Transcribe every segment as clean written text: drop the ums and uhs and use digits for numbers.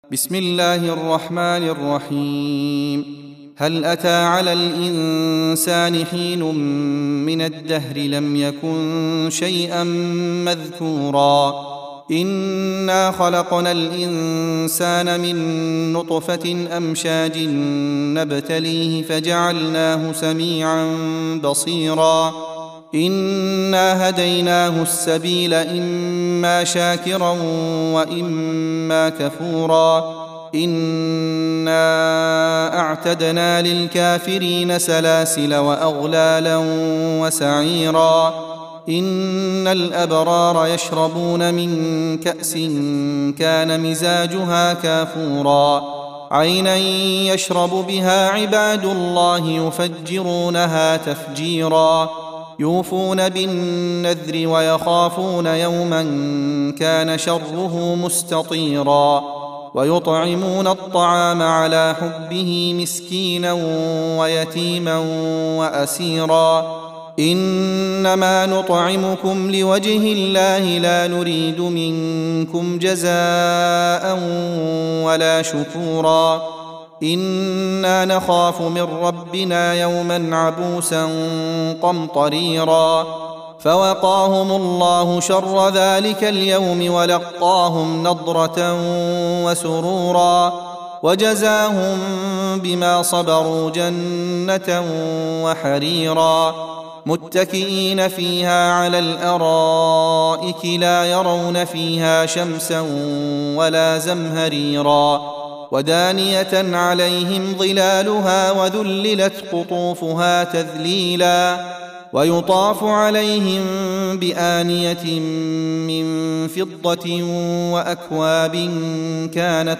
بسم الله الرحمن الرحيم. هل أتى على الإنسان حين من الدهر لم يكن شيئا مذكورا إنا خلقنا الإنسان من نطفة أمشاج نبتليه فجعلناه سميعا بصيرا إنا هديناه السبيل إما شاكرا وإما كفورا إنا أعتدنا للكافرين سلاسل وأغلالا وسعيرا إن الأبرار يشربون من كأس كان مزاجها كافورا عينا يشرب بها عباد الله يفجرونها تفجيرا يوفون بالنذر ويخافون يوما كان شره مستطيرا ويطعمون الطعام على حبه مسكينا ويتيما وأسيرا إنما نطعمكم لوجه الله لا نريد منكم جزاء ولا شكورا إنا نخاف من ربنا يوما عبوسا قمطريرا فوقاهم الله شر ذلك اليوم ولقاهم نضرة وسرورا وجزاهم بما صبروا جنة وحريرا متكئين فيها على الأرائك لا يرون فيها شمسا ولا زمهريرا ودانية عليهم ظلالها وذللت قطوفها تذليلا ويطاف عليهم بآنية من فضة وأكواب كانت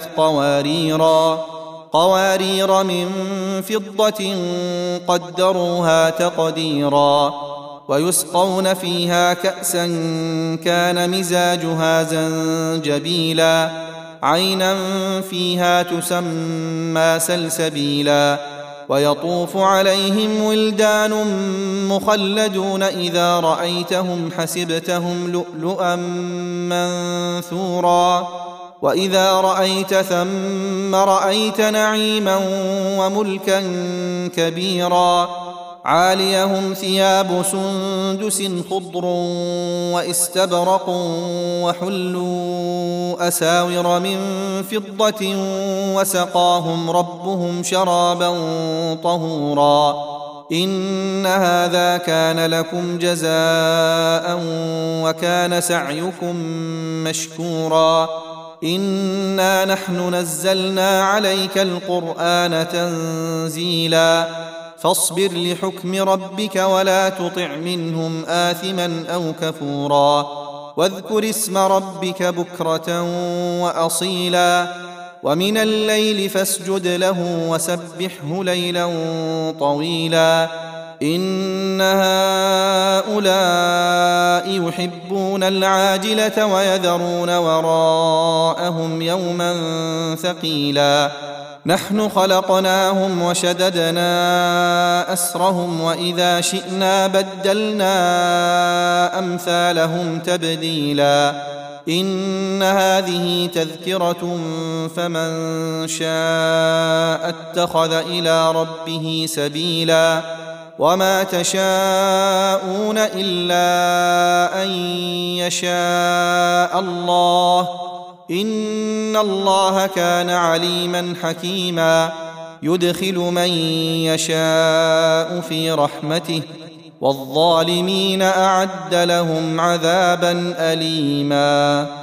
قوارير من فضة قدروها تقديرا ويسقون فيها كأسا كان مزاجها زنجبيلا عينا فيها تسمى سلسبيلا ويطوف عليهم ولدان مخلدون إذا رأيتهم حسبتهم لؤلؤا منثورا وإذا رأيت ثم رأيت نعيما وملكا كبيرا عاليهم ثياب سندس خضر واستبرق وحلوا أساور من فضة وسقاهم ربهم شرابا طهورا إن هذا كان لكم جزاء وكان سعيكم مشكورا إنا نحن نزلنا عليك القرآن تنزيلا فاصبر لحكم ربك ولا تطع منهم آثما أو كفورا واذكر اسم ربك بكرة وأصيلا ومن الليل فاسجد له وسبحه ليلا طويلا إن هؤلاء يحبون العاجلة ويذرون وراءهم يوما ثقيلا نحن خلقناهم وشددنا أسرهم وإذا شئنا بدلنا أمثالهم تبديلا إن هذه تذكرة فمن شاء اتخذ إلى ربه سبيلا وما تشاءون إلا أن يشاء الله إن الله كان عليما حكيما يدخل من يشاء في رحمته والظالمين أعد لهم عذابا أليما.